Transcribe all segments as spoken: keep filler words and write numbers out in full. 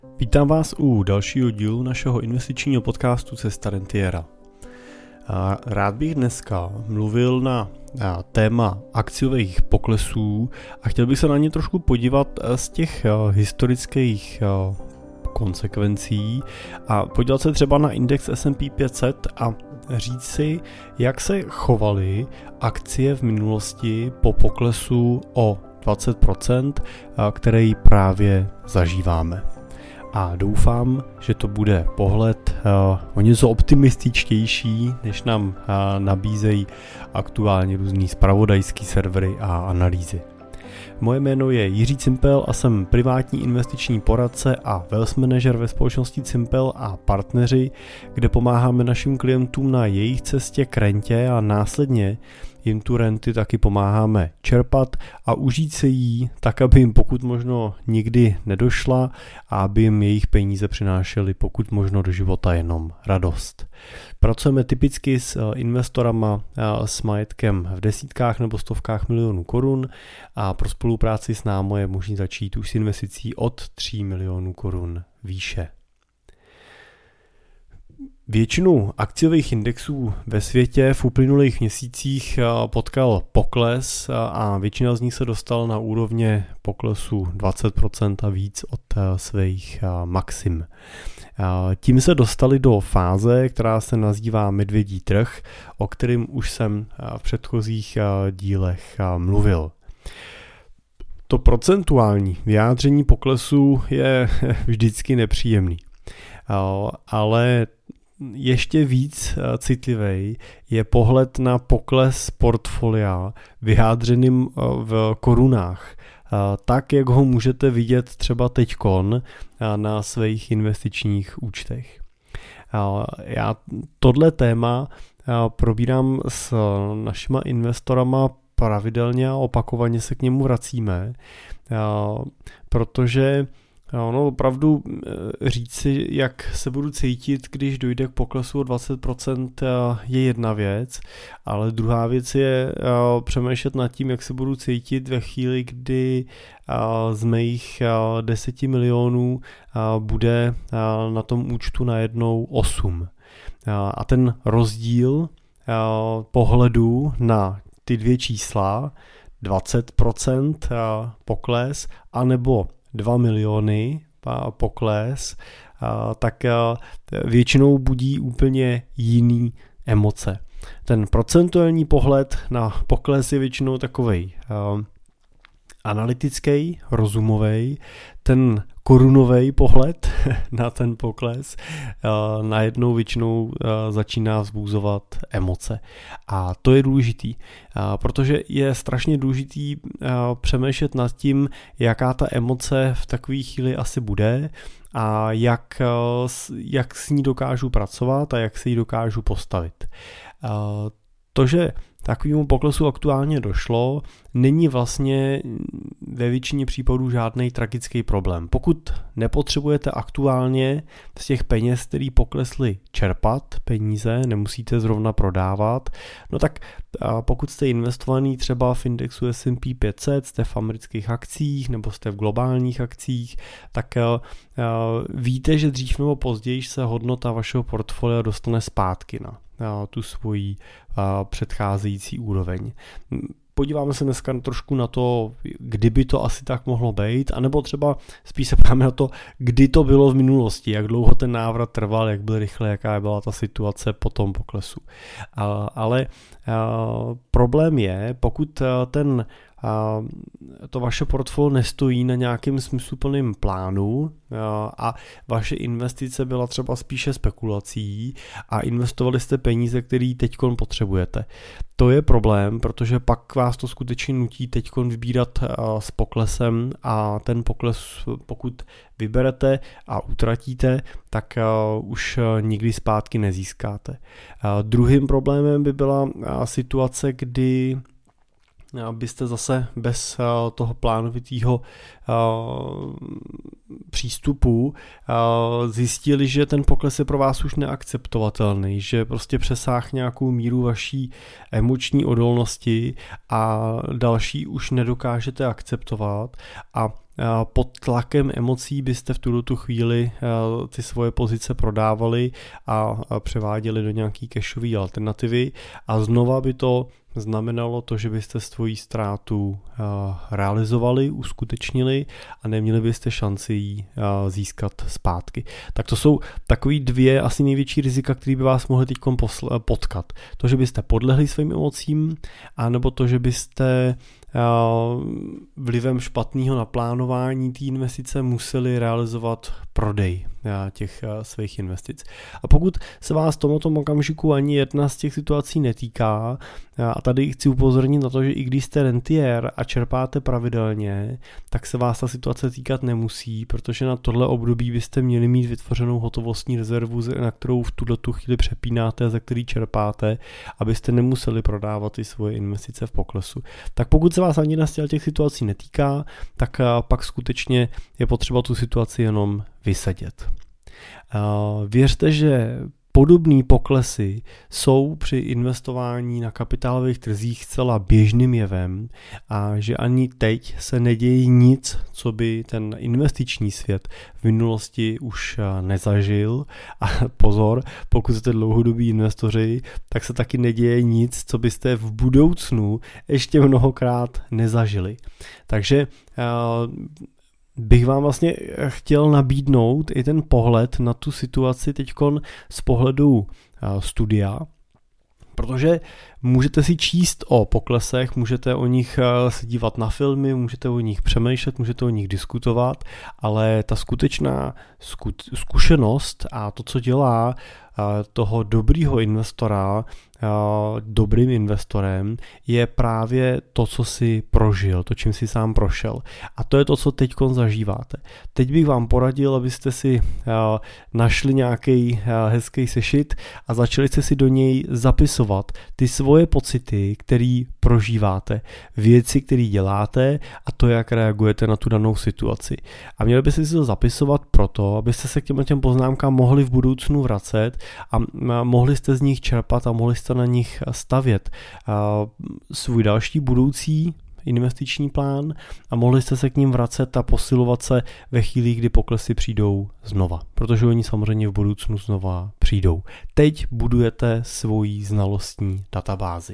Vítám vás u dalšího dílu našeho investičního podcastu Cesta rentiera. Rád bych dneska mluvil na téma akciových poklesů a chtěl bych se na ně trošku podívat z těch historických konsekvencí a podívat se třeba na index S and P pět set a říct si, jak se chovaly akcie v minulosti po poklesu o dvacet procent, který právě zažíváme. A doufám, že to bude pohled uh, o něco optimističtější, než nám uh, nabízejí aktuálně různý zpravodajský servery a analýzy. Moje jméno je Jiří Cimpel a jsem privátní investiční poradce a wealth manager ve společnosti Cimpel a partneři, kde pomáháme našim klientům na jejich cestě k rentě a následně jim tu renty taky pomáháme čerpat a užít se jí tak, aby jim pokud možno nikdy nedošla a aby jim jejich peníze přinášely pokud možno do života jenom radost. Pracujeme typicky s investorama s majetkem v desítkách nebo stovkách milionů korun a pro spolupráci s námi je možné začít už s investicí od tří milionů korun výše. Většinu akciových indexů ve světě v uplynulých měsících potkal pokles a většina z nich se dostala na úrovně poklesu dvacet procent a víc od svých maxim. Tím se dostali do fáze, která se nazývá medvědí trh, o kterém už jsem v předchozích dílech mluvil. To procentuální vyjádření poklesu je vždycky nepříjemný, ale ještě víc citlivý je pohled na pokles portfolia vyjádřeným v korunách, tak jak ho můžete vidět třeba teďkon na svých investičních účtech. Já tohle téma probírám s našima investorama pravidelně a opakovaně se k němu vracíme, protože ono opravdu říci, jak se budu cítit, když dojde k poklesu o dvacet procent je jedna věc, ale druhá věc je přemýšlet nad tím, jak se budu cítit ve chvíli, kdy z mých deseti milionů bude na tom účtu najednou osm. A ten rozdíl pohledu na ty dvě čísla, dvacet procent pokles, anebo dva miliony pokles, tak většinou budí úplně jiný emoce. Ten procentuální pohled na pokles je většinou takovej analytický, rozumový, ten korunový pohled na ten pokles najednou většinou začíná vzbuzovat emoce. A to je důležitý, protože je strašně důležitý přemýšlet nad tím, jaká ta emoce v takové chvíli asi bude a jak, jak s ní dokážu pracovat a jak se jí dokážu postavit. To, že takovému poklesu aktuálně došlo, není vlastně ve většině případů žádný tragický problém. Pokud nepotřebujete aktuálně z těch peněz, který poklesly, čerpat peníze, nemusíte zrovna prodávat, no tak pokud jste investovaný třeba v indexu S and P pět set, jste v amerických akcích nebo jste v globálních akcích, tak víte, že dřív nebo později se hodnota vašeho portfolia dostane zpátky na tu svoji předcházející úroveň. Podíváme se dneska trošku na to, kdyby to asi tak mohlo být, anebo třeba spíš se ptáme na to, kdy to bylo v minulosti, jak dlouho ten návrat trval, jak byl rychle, jaká byla ta situace po tom poklesu. Ale problém je, pokud ten to vaše portfolio nestojí na nějakém smysluplném plánu a vaše investice byla třeba spíše spekulací a investovali jste peníze, které teďkon potřebujete. To je problém, protože pak vás to skutečně nutí teďkon vybírat s poklesem a ten pokles, pokud vyberete a utratíte, tak už nikdy zpátky nezískáte. Druhým problémem by byla situace, kdy byste zase bez toho plánovitého přístupu zjistili, že ten pokles je pro vás už neakceptovatelný, že prostě přesáhne nějakou míru vaší emoční odolnosti a další už nedokážete akceptovat a pod tlakem emocí byste v tuto chvíli ty svoje pozice prodávali a převáděli do nějaký cashové alternativy a znova by to znamenalo to, že byste svoji ztrátu realizovali, uskutečnili a neměli byste šanci ji získat zpátky. Tak to jsou takový dvě asi největší rizika, které by vás mohly teď potkat. To, že byste podlehli svým emocím, anebo to, že byste vlivem špatného naplánování té investice museli realizovat prodej těch svých investic. A pokud se vás tomuto okamžiku ani jedna z těch situací netýká, a tady chci upozornit na to, že i když jste rentier a čerpáte pravidelně, tak se vás ta situace týkat nemusí, protože na tohle období byste měli mít vytvořenou hotovostní rezervu, na kterou v tuto chvíli přepínáte, za který čerpáte, abyste nemuseli prodávat ty svoje investice v poklesu. Tak pokud se vás ani jedna z těch situací netýká, tak pak skutečně je potřeba tu situaci jenom vysedět. Věřte, že podobné poklesy jsou při investování na kapitálových trzích zcela běžným jevem a že ani teď se neděje nic, co by ten investiční svět v minulosti už nezažil. A pozor, pokud jste dlouhodobí investoři, tak se taky neděje nic, co byste v budoucnu ještě mnohokrát nezažili. Takže bych vám vlastně chtěl nabídnout i ten pohled na tu situaci teďkon z pohledu studia, protože můžete si číst o poklesech, můžete o nich se dívat na filmy, můžete o nich přemýšlet, můžete o nich diskutovat, ale ta skutečná zkušenost a to, co dělá toho dobrýho investora dobrým investorem, je právě to, co si prožil, to, čím si sám prošel. A to je to, co teďkon zažíváte. Teď bych vám poradil, abyste si našli nějaký hezký sešit a začali jste si do něj zapisovat ty svoje pocity, které prožíváte, věci, které děláte a to, jak reagujete na tu danou situaci. A měli byste si to zapisovat proto, abyste se k těm, těm poznámkám mohli v budoucnu vracet a mohli jste z nich čerpat a mohli jste na nich stavět svůj další budoucí investiční plán a mohli jste se k ním vracet a posilovat se ve chvíli, kdy poklesy přijdou znova, protože oni samozřejmě v budoucnu znova přijdou. Teď budujete svoji znalostní databázi.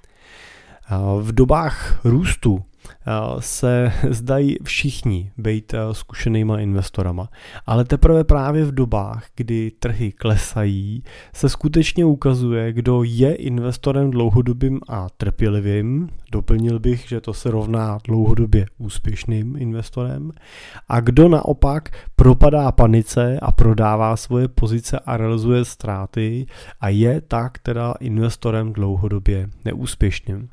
V dobách růstu se zdají všichni být zkušenýma investorama. Ale teprve právě v dobách, kdy trhy klesají, se skutečně ukazuje, kdo je investorem dlouhodobým a trpělivým. Doplnil bych, že to se rovná dlouhodobě úspěšným investorem. A kdo naopak propadá panice a prodává svoje pozice a realizuje ztráty a je tak teda investorem dlouhodobě neúspěšným.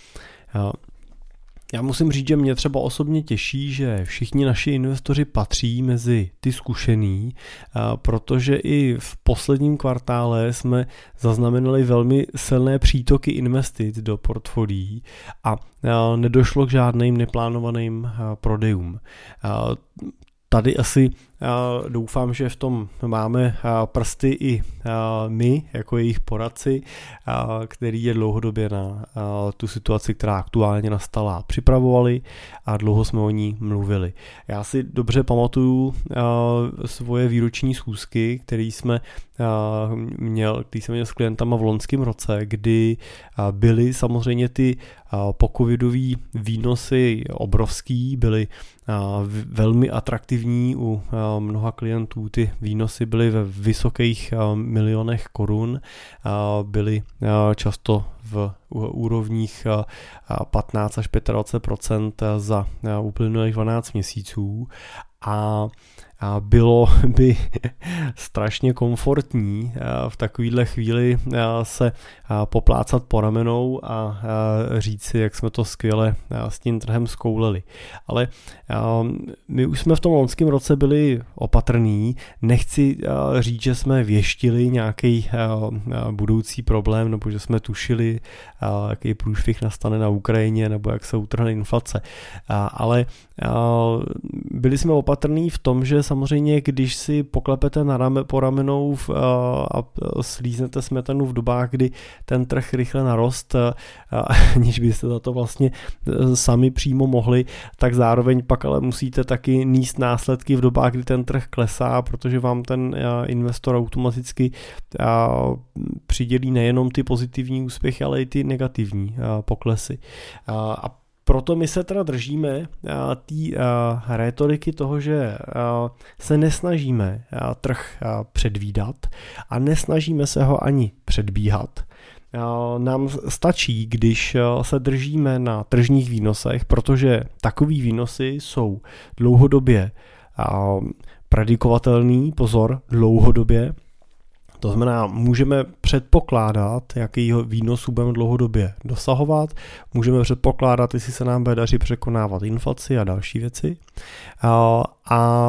Já musím říct, že mě třeba osobně těší, že všichni naši investoři patří mezi ty zkušený, protože i v posledním kvartále jsme zaznamenali velmi silné přítoky investic do portfolií a nedošlo k žádným neplánovaným prodejům. Tady asi doufám, že v tom máme prsty i my, jako jejich poradci, který je dlouhodobě na tu situaci, která aktuálně nastala, připravovali a dlouho jsme o ní mluvili. Já si dobře pamatuju svoje výroční schůzky, které jsme měl, který jsem měl s klientama v loňském roce, kdy byly samozřejmě ty pocovidový výnosy obrovský, byly velmi atraktivní u mnoha klientů, ty výnosy byly ve vysokých milionech korun, byly často v úrovních patnáct až dvacet pět procent za uplynulých dvanáct měsíců a a bylo by strašně komfortní v takovéhle chvíli se poplácat po ramenou a říct si, jak jsme to skvěle s tím trhem zkouleli. Ale my už jsme v tom loňském roce byli opatrní, nechci říct, že jsme věštili nějaký budoucí problém, nebo že jsme tušili, jaký průšvih nastane na Ukrajině, nebo jak se utrhne inflace. Ale byli jsme opatrní v tom, že samozřejmě, když si poklepete na rame, po ramenou v, a slíznete smetanu v dobách, kdy ten trh rychle narost, aniž byste za to vlastně sami přímo mohli, tak zároveň pak ale musíte taky nést následky v dobách, kdy ten trh klesá, protože vám ten investor automaticky přidělí nejenom ty pozitivní úspěchy, ale i ty negativní poklesy. A proto my se teda držíme té rétoriky toho, že se nesnažíme trh předvídat a nesnažíme se ho ani předbíhat. Nám stačí, když se držíme na tržních výnosech, protože takový výnosy jsou dlouhodobě predikovatelný, pozor, dlouhodobě. To znamená, můžeme předpokládat, jakýho výnosu budeme dlouhodobě dosahovat, můžeme předpokládat, jestli se nám bude dařit překonávat inflaci a další věci. A, a, a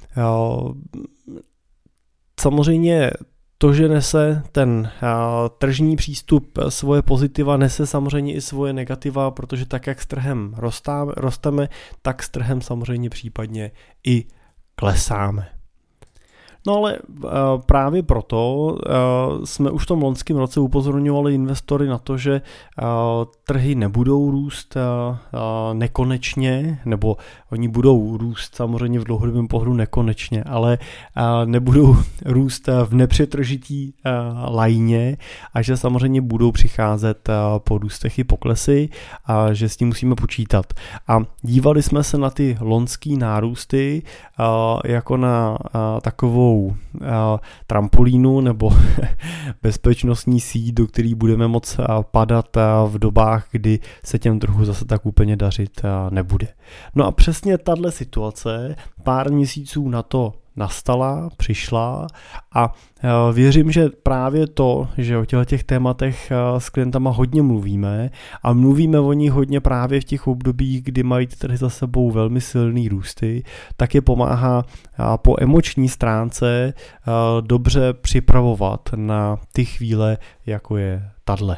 samozřejmě to, že nese ten a, tržní přístup svoje pozitiva, nese samozřejmě i svoje negativa, protože tak, jak s trhem rostáme, rosteme, tak s trhem samozřejmě případně i klesáme. No ale uh, právě proto uh, jsme už v tom loňském roce upozorňovali investory na to, že uh, trhy nebudou růst uh, uh, nekonečně, nebo oni budou růst samozřejmě v dlouhodobém pohledu nekonečně, ale uh, nebudou růst v nepřetržitý uh, lajně a že samozřejmě budou přicházet uh, po růstech i poklesy a že s tím musíme počítat. A dívali jsme se na ty loňský nárůsty uh, jako na uh, takovou trampolínu nebo bezpečnostní síť, do který budeme moct padat v dobách, kdy se těm trhu zase tak úplně dařit nebude. No a přesně tahle situace pár měsíců na to nastala, přišla a věřím, že právě to, že o těch tématech s klientama hodně mluvíme a mluvíme o nich hodně právě v těch obdobích, kdy mají trhy za sebou velmi silný růsty, tak je pomáhá po emoční stránce dobře připravovat na ty chvíle, jako je tahle.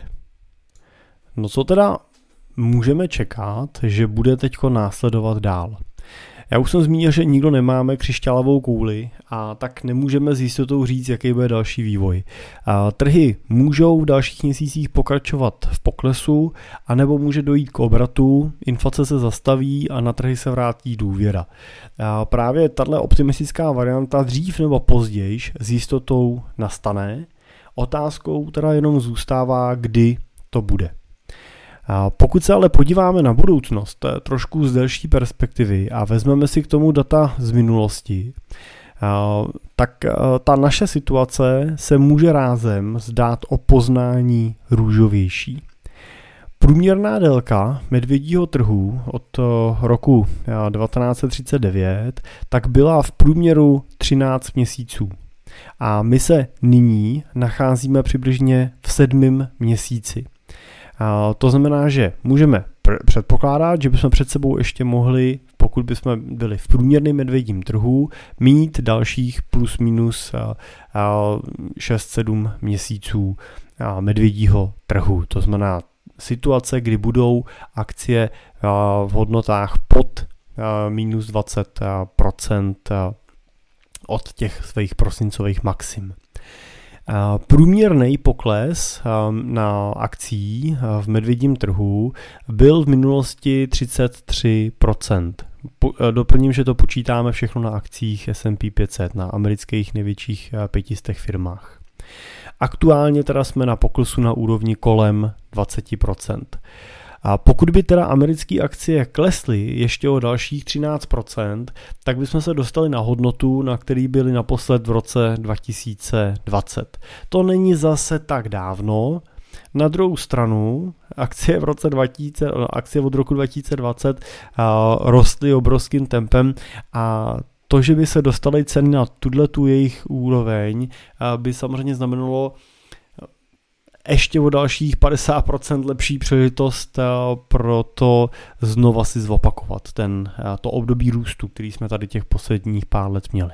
No co teda můžeme čekat, že bude teďko následovat dál? Já už jsem zmínil, že nikdo nemáme křišťálovou kouli a tak nemůžeme s jistotou říct, jaký bude další vývoj. A trhy můžou v dalších měsících pokračovat v poklesu, anebo může dojít k obratu, inflace se zastaví a na trhy se vrátí důvěra. A právě tato optimistická varianta dřív nebo později s jistotou nastane. Otázkou teda jenom zůstává, kdy to bude. Pokud se ale podíváme na budoucnost trošku z delší perspektivy a vezmeme si k tomu data z minulosti, tak ta naše situace se může rázem zdát o poznání růžovější. Průměrná délka medvědího trhu od roku devatenáct set třicet devět tak byla v průměru třináct měsíců. A my se nyní nacházíme přibližně v sedmém měsíci. A to znamená, že můžeme pr- předpokládat, že bychom před sebou ještě mohli, pokud bychom byli v průměrném medvědím trhu, mít dalších plus minus šest sedm měsíců medvědího trhu. To znamená situace, kdy budou akcie v hodnotách pod minus dvacet procent od těch svých prosincových maxim. Průměrný pokles na akcí v medvědím trhu byl v minulosti třicet tři procent. Doplním, že to počítáme všechno na akcích S and P pět set, na amerických největších pětistech firmách. Aktuálně teda jsme na poklesu na úrovni kolem dvacet procent. A pokud by teda americké akcie klesly ještě o dalších třináct procent, tak bychom se dostali na hodnotu, na který byli naposled v roce dva tisíce dvacet. To není zase tak dávno. Na druhou stranu akcie v roce dva tisíce, akcie od roku dva tisíce dvacet uh, rostly obrovským tempem a to, že by se dostaly ceny na tuto jejich úroveň, uh, by samozřejmě znamenalo ještě o dalších padesát procent lepší příležitost pro to znova si zopakovat ten, to období růstu, který jsme tady těch posledních pár let měli.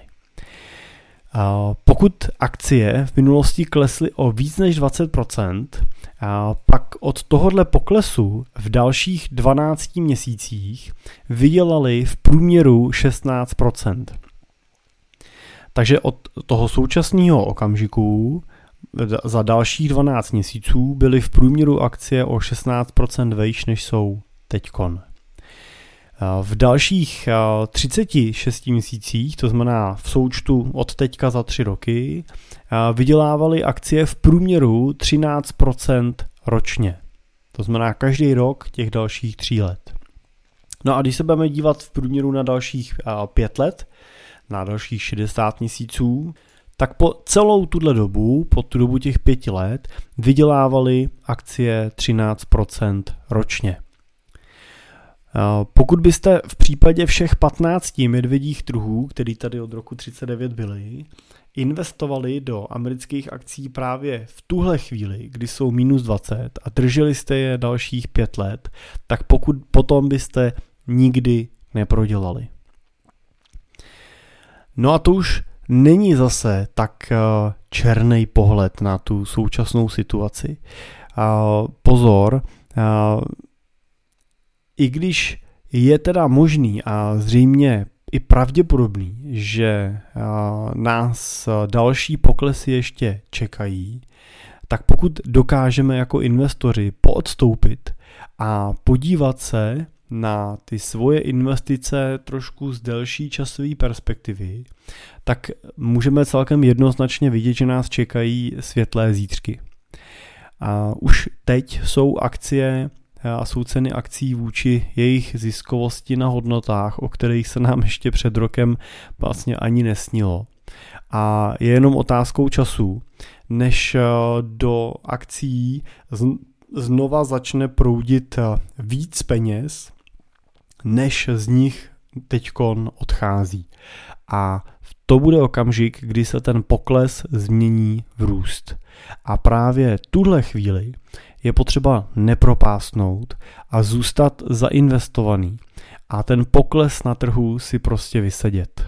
Pokud akcie v minulosti klesly o víc než dvacet procent, pak od tohohle poklesu v dalších dvanácti měsících vydělali v průměru šestnáct procent. Takže od toho současného okamžiku za dalších dvanáct měsíců byly v průměru akcie o šestnáct procent vejš, než jsou teďkon. V dalších třiceti šesti měsících, to znamená v součtu od teďka za tři roky, vydělávaly akcie v průměru třináct procent ročně. To znamená každý rok těch dalších tří let. No a když se budeme dívat v průměru na dalších pět let, na dalších šedesát měsíců, tak po celou tuhle dobu, po tu dobu těch pěti let, vydělávaly akcie třináct procent ročně. Pokud byste v případě všech patnácti medvědích trhů, který tady od roku třicet devět byly, investovali do amerických akcí právě v tuhle chvíli, kdy jsou minus dvacet a drželi jste je dalších pět let, tak pokud potom byste nikdy neprodělali. No a to už není zase tak černý pohled na tu současnou situaci. Pozor, i když je teda možný a zřejmě i pravděpodobný, že nás další poklesy ještě čekají, tak pokud dokážeme jako investoři poodstoupit a podívat se na ty svoje investice trošku z delší časové perspektivy, tak můžeme celkem jednoznačně vidět, že nás čekají světlé zítřky. A už teď jsou akcie a jsou ceny akcí vůči jejich ziskovosti na hodnotách, o kterých se nám ještě před rokem vlastně ani nesnilo. A je jenom otázkou času, než do akcí znova začne proudit víc peněz, než z nich teďkon odchází. A to bude okamžik, kdy se ten pokles změní v růst. A právě tuhle chvíli je potřeba nepropásnout a zůstat zainvestovaný a ten pokles na trhu si prostě vysedět.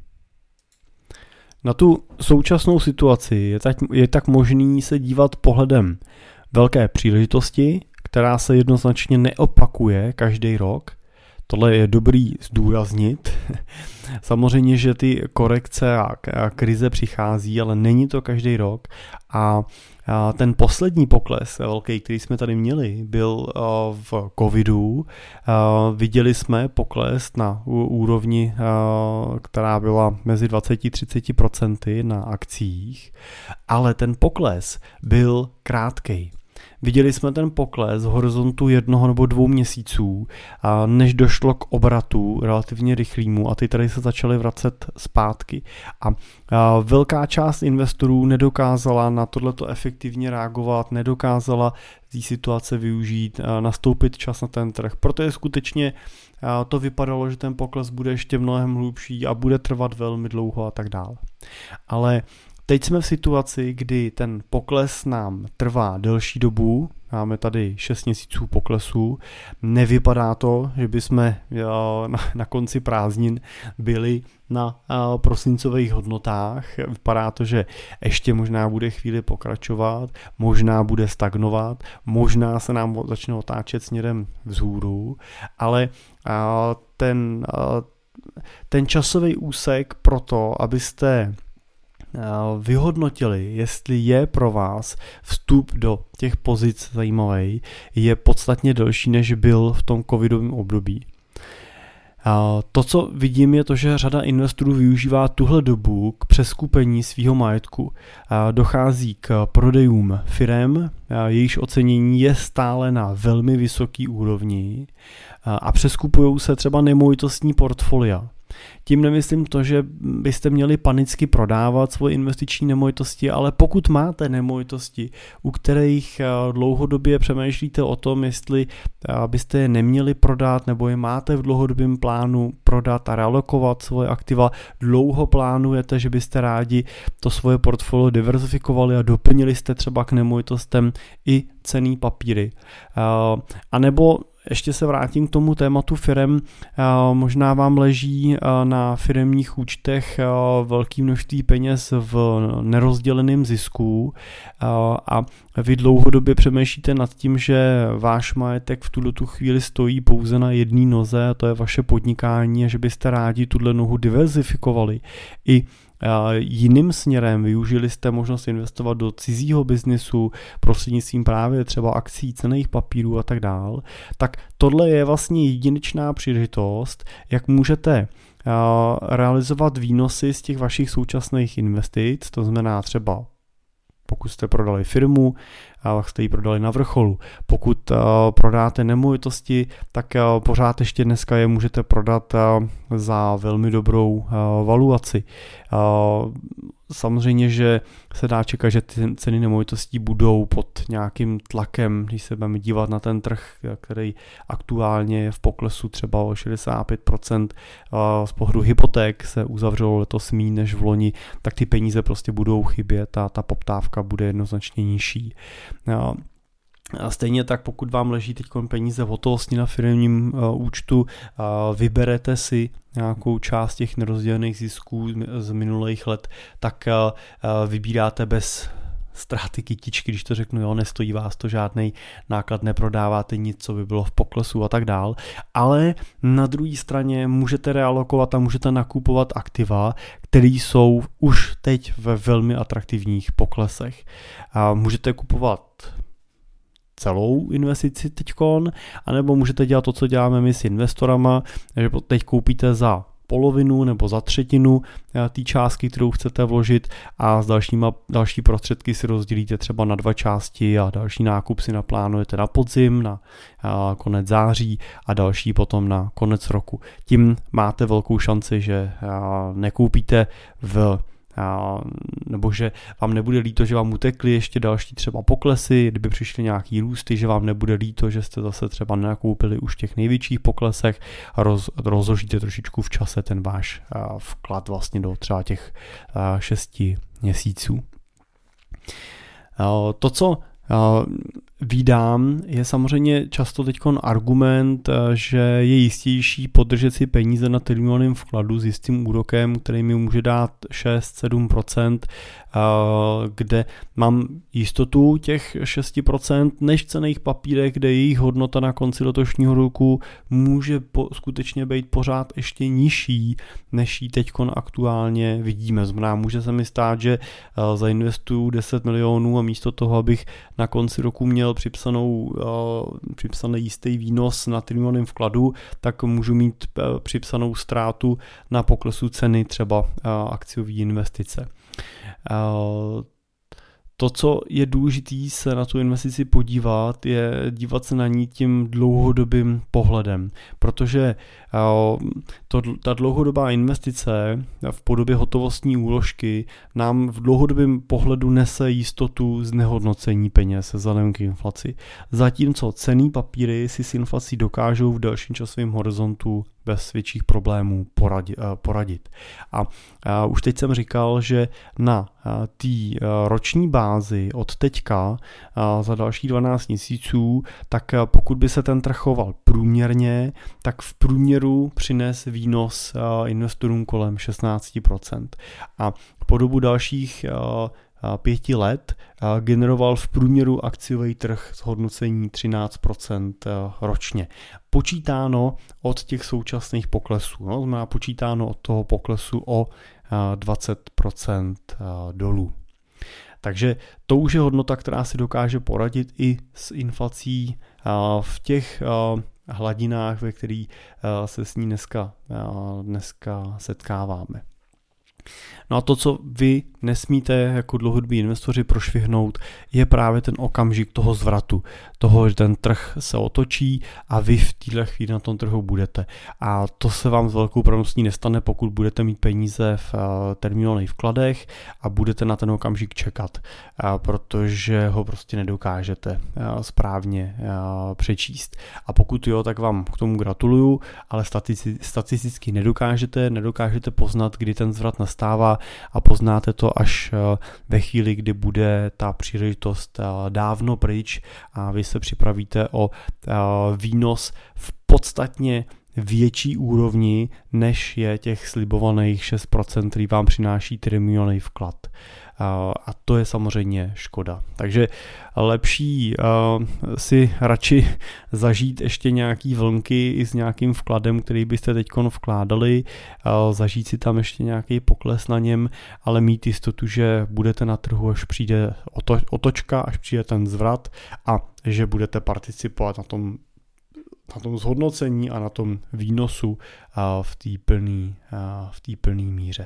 Na tu současnou situaci je tak, je tak možný se dívat pohledem velké příležitosti, která se jednoznačně neopakuje každý rok. Tohle je dobrý zdůraznit. Samozřejmě, že ty korekce a krize přichází, ale není to každý rok. A ten poslední pokles velký, který jsme tady měli, byl v covidu. Viděli jsme pokles na úrovni, která byla mezi dvacet až třicet procent na akcích, ale ten pokles byl krátkej. Viděli jsme ten pokles v horizontu jednoho nebo dvou měsíců, než došlo k obratu relativně rychlému a ty tady se začaly vracet zpátky. A velká část investorů nedokázala na tohleto efektivně reagovat, nedokázala té situace využít, nastoupit čas na ten trh, protože skutečně to vypadalo, že ten pokles bude ještě mnohem hlubší a bude trvat velmi dlouho a tak dále. Ale teď jsme v situaci, kdy ten pokles nám trvá delší dobu, máme tady šest měsíců poklesu, nevypadá to, že bychom na konci prázdnin byli na prosincových hodnotách, vypadá to, že ještě možná bude chvíli pokračovat, možná bude stagnovat, možná se nám začne otáčet směrem vzhůru, ale ten, ten časový úsek pro to, abyste vyhodnotili, jestli je pro vás vstup do těch pozic zajímavý, je podstatně delší, než byl v tom covidovém období. To, co vidím, je to, že řada investorů využívá tuhle dobu k přeskupení svého majetku. Dochází k prodejům firem, jejichž ocenění je stále na velmi vysoký úrovni a přeskupují se třeba nemovitostní portfolia. Tím nemyslím to, že byste měli panicky prodávat svoje investiční nemovitosti, ale pokud máte nemovitosti, u kterých dlouhodobě přemýšlíte o tom, jestli byste je neměli prodat, nebo je máte v dlouhodobém plánu prodat a realokovat svoje aktiva, dlouho plánujete, že byste rádi to svoje portfolio diverzifikovali a doplnili jste třeba k nemovitostem i cenný papíry. A nebo ještě se vrátím k tomu tématu firem. Možná vám leží na firemních účtech velké množství peněz v nerozděleném zisku a vy dlouhodobě přemýšlíte nad tím, že váš majetek v tuto chvíli stojí pouze na jedné noze a to je vaše podnikání a že byste rádi tuhle nohu diverzifikovali i jiným směrem, využili jste možnost investovat do cizího biznisu prostřednictvím právě třeba akcí, cenných papírů a tak dál, tak tohle je vlastně jedinečná příležitost, jak můžete realizovat výnosy z těch vašich současných investic, to znamená třeba pokud jste prodali firmu, jste ji prodali na vrcholu. Pokud prodáte nemovitosti, tak pořád ještě dneska je můžete prodat za velmi dobrou valuaci. Samozřejmě, že se dá čekat, že ty ceny nemovitostí budou pod nějakým tlakem, když se budeme dívat na ten trh, který aktuálně je v poklesu třeba o šedesát pět procent z pohledu hypoték se uzavřelo letos méně než v loni, tak ty peníze prostě budou chybět a ta poptávka bude jednoznačně nižší. A stejně tak, pokud vám leží teď peníze v hotovosti na firmním uh, účtu, uh, vyberete si nějakou část těch nerozdělených zisků z minulých let, tak uh, vybíráte bez ztráty kytičky, když to řeknu, jo, nestojí vás to žádnej náklad, neprodáváte nic, co by bylo v poklesu a tak dál, ale na druhé straně můžete realokovat a můžete nakupovat aktiva, které jsou už teď ve velmi atraktivních poklesech. A můžete kupovat celou investici teďkon, anebo můžete dělat to, co děláme my s investorama, že teď koupíte za polovinu nebo za třetinu té částky, kterou chcete vložit a s dalšíma, další prostředky si rozdělíte třeba na dva části a další nákup si naplánujete na podzim, na konec září a další potom na konec roku. Tím máte velkou šanci, že nekoupíte v nebo že vám nebude líto, že vám utekly ještě další třeba poklesy, kdyby přišly nějaký růsty, že vám nebude líto, že jste zase třeba nenakoupili už v těch největších poklesech a roz, rozložíte trošičku v čase ten váš vklad vlastně do třeba těch šesti měsíců. To, co vídám, je samozřejmě často teďkon argument, že je jistější podržet si peníze na termínovaném vkladu s jistým úrokem, který mi může dát šest až sedm procent, kde mám jistotu těch šest procent, než v cenných papírech, kde jejich hodnota na konci letošního roku může po, skutečně být pořád ještě nižší, než ji teďkon aktuálně vidíme. Znamená, může se mi stát, že zainvestuju deset milionů a místo toho, abych na konci roku měl připsanou, připsaný jistý výnos na termínovaném vkladu, tak můžu mít připsanou ztrátu na poklesu ceny třeba akciové investice. To, co je důležité se na tu investici podívat, je dívat se na ní tím dlouhodobým pohledem, protože to, ta dlouhodobá investice v podobě hotovostní úložky nám v dlouhodobém pohledu nese jistotu znehodnocení peněz vzhledem k inflaci. Zatímco cenný papíry si s inflací dokážou v delším časovém horizontu bez větších problémů poradit. poradit. A, a už teď jsem říkal, že na té roční bázi od teďka za další dvanáct měsíců, tak pokud by se ten trh choval průměrně, tak v průměru přines výnos investorům kolem šestnáct procent. A po dobu dalších pěti let generoval v průměru akciový trh s hodnocení třináct procent ročně. Počítáno od těch současných poklesů, no, znamená počítáno od toho poklesu o dvacet procent dolů. Takže to už je hodnota, která si dokáže poradit i s inflací v těch hladinách, ve kterých se s ní dneska, dneska setkáváme. No a to, co vy nesmíte jako dlouhodobí investoři prošvihnout, je právě ten okamžik toho zvratu, toho, že ten trh se otočí a vy v této chvíli na tom trhu budete. A to se vám s velkou pravděpodobností nestane, pokud budete mít peníze v termínovaných vkladech a budete na ten okamžik čekat, protože ho prostě nedokážete správně přečíst. A pokud jo, tak vám k tomu gratuluju, ale statisticky nedokážete, nedokážete poznat, kdy ten zvrat nastává a poznáte to až ve chvíli, kdy bude ta příležitost dávno pryč a vy se připravíte o výnos v podstatně větší úrovni, než je těch slibovaných šest procent, který vám přináší termínovaný vklad. A to je samozřejmě škoda. Takže lepší si radši zažít ještě nějaký vlnky i s nějakým vkladem, který byste teďkon vkládali, zažít si tam ještě nějaký pokles na něm, ale mít jistotu, že budete na trhu, až přijde otočka, až přijde ten zvrat a že budete participovat na tom na tom zhodnocení a na tom výnosu v té plné v té plné míře.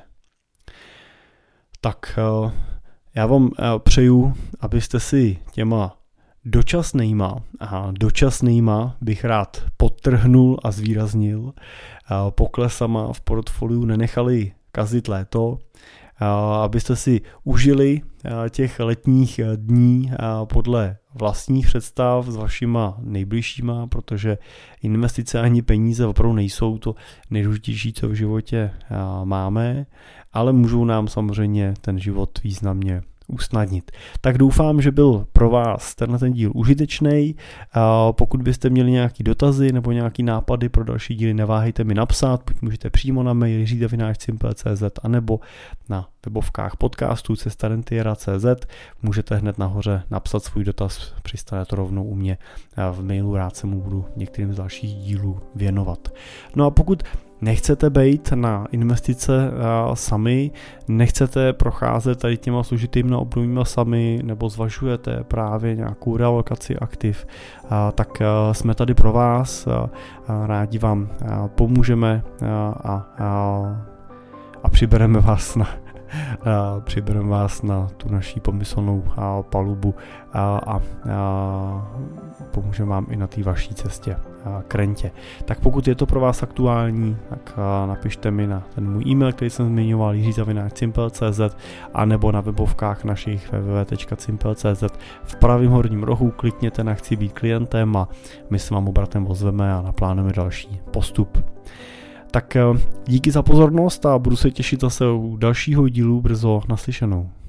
Tak já vám přeju, abyste si těma dočasnýma a dočasnýma bych rád podtrhnul a zvýraznil poklesama v portfoliu nenechali kazit léto, abyste si užili těch letních dní podle vlastních představ s vašima nejbližšíma, protože investice ani peníze opravdu nejsou to nejdůležitější, co v životě máme, ale můžou nám samozřejmě ten život významně usnadnit. Tak doufám, že byl pro vás tenhle ten díl užitečný. Pokud byste měli nějaký dotazy nebo nějaký nápady pro další díly, neváhejte mi napsat, buď můžete přímo na mail jiří zavináč cimple tečka cé zet anebo na webovkách podcastů cesta rentiera tečka cé zet. Můžete hned nahoře napsat svůj dotaz, přistane to rovnou u mě v mailu, rád se mu budu některým z dalších dílů věnovat. No a pokud nechcete být na investice sami, nechcete procházet tady těma složitýma obdobíma sami, nebo zvažujete právě nějakou realokaci aktiv, tak jsme tady pro vás, rádi vám pomůžeme a, a, a přibereme vás na přibereme vás na tu naší pomyslnou palubu a, a, a pomůžeme vám i na té vaší cestě k rentě. Tak pokud je to pro vás aktuální, tak napište mi na ten můj e-mail, který jsem zmiňoval, jiří zavináč cimple tečka cé zet, anebo na webovkách našich w w w tečka cimple tečka cé zet. V pravém horním rohu klikněte na chci být klientem a my se vám obratem ozveme a naplánujeme další postup. Tak díky za pozornost a budu se těšit zase u dalšího dílu brzo naslyšenou.